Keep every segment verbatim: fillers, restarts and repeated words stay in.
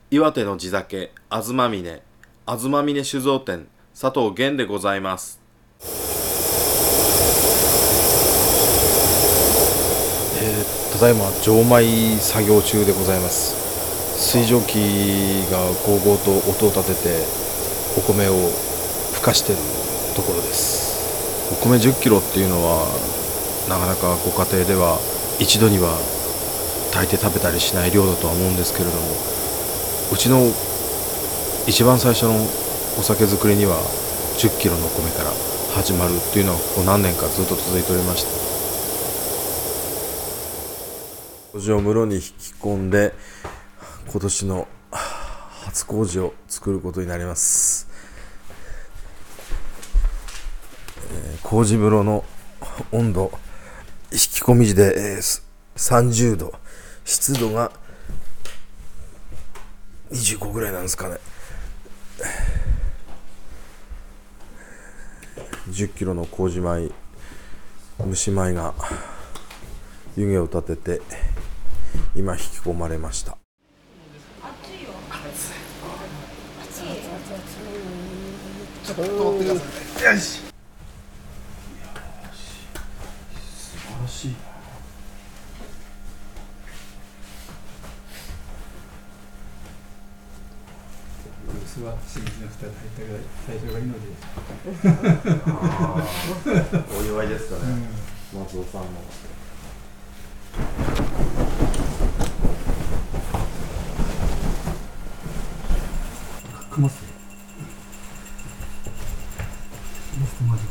岩手の地酒あずまみねあずまみね酒造店佐藤源でございます。 えー、ただいま蒸米作業中でございます。水蒸気がゴーゴーと音を立ててお米をふかしているところです。お米じゅっキロっていうのはなかなかご家庭では一度には炊いて食べたりしない量だとは思うんですけれども、うちの一番最初のお酒造りにはじゅっキロのお米から始まるっていうのはここ何年かずっと続いておりました。麹を室に引き込んで今年の初麹を作ることになります。えー、麹室の温度引き込み時で、えー、さんじゅうど、湿度がにじゅうごぐらいなんですかね。じゅっキロの麹米、蒸し米が湯気を立てて今引き込まれました。 熱いよ。熱い。熱い。 ちょっと通ってください。よし。素晴らしい。 薄は清水の蓋が入ったぐらい最初がいいのでお祝いですかね、うん、松尾さんもかますよ。ラストまで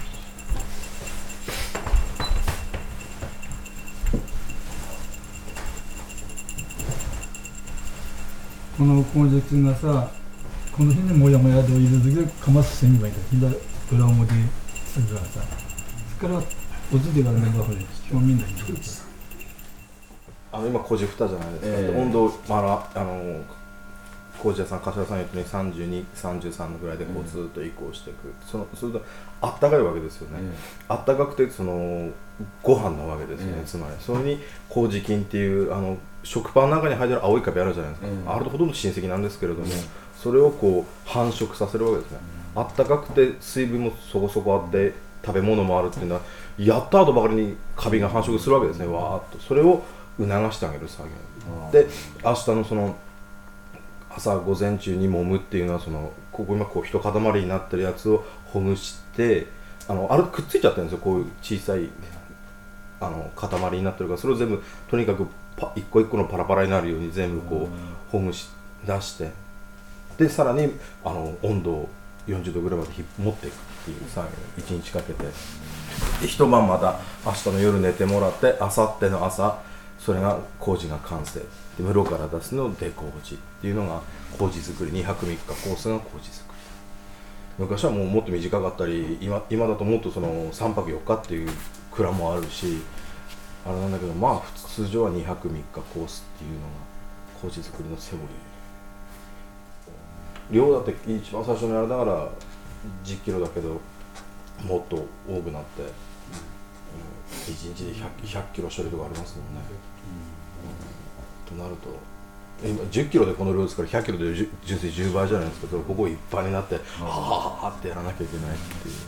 この麹菌がさ、この辺にもやもやと入れずでかますしてみばいいんだ。左裏表するからさ、それからおじでがねばほれ表面だけど。 あの今麹蓋じゃないですか。えー、温度まだあの麹屋さん柏さん言ったようにさんじゅうに、さんじゅうさんのぐらいでこうずっと移行していく。そのそれとあったかいわけですよね。あったかくてそのご飯なわけですよね。えー、つまりそれに麹菌っていうあの食パンの中に入ってる青いカビあるじゃないですか。えー、あれとほとんど親戚なんですけれども、えー、それをこう繁殖させるわけですね。あったかくて水分もそこそこあって食べ物もあるっていうのはやった後ばかりにカビが繁殖するわけですね。わーっとそれを促してあげる作業で、明日のその朝午前中に揉むっていうのはそのここ今こう一塊になってるやつをほぐしてあのあれくっついちゃってるんですよ。こういう小さいあの塊になってるからそれを全部とにかくパ一個一個のパラパラになるように全部こうほぐし出してでさらにあの温度をよんじゅうどぐらいまで持っていくっていう作業をいちにちかけてで一晩また明日の夜寝てもらって明後日の朝それが麹が完成で室から出すのを出麹っていうのが麹作りにはくみっかコースが麹作り。昔はもうもっと短かったり 今, 今だともっとそのさんぱくよっかっていう蔵もあるしあれなんだけどまあ通常はにはくみっかコースっていうのが麹作りのセオリー。量だって一番最初にあれだからじゅっキロだけどもっと多くなって、うん、いちにちで ひゃく, ひゃくキロ処理とかありますもんね。うん、となると今じゅっキロでこの量ですからひゃっキロで純粋じゅうばいじゃないですか。ここいっぱいになってはぁはぁってやらなきゃいけないっていう。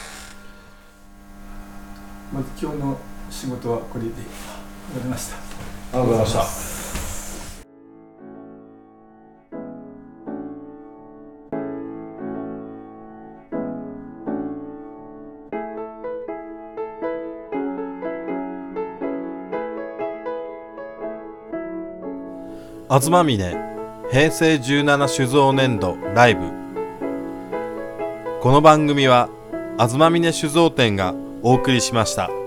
まず今日の仕事はこれで終わりました。 ありがとうございました。 あずまみね平成じゅうなな酒造年度ライブ。この番組はあずまみね酒造店がお送りしました。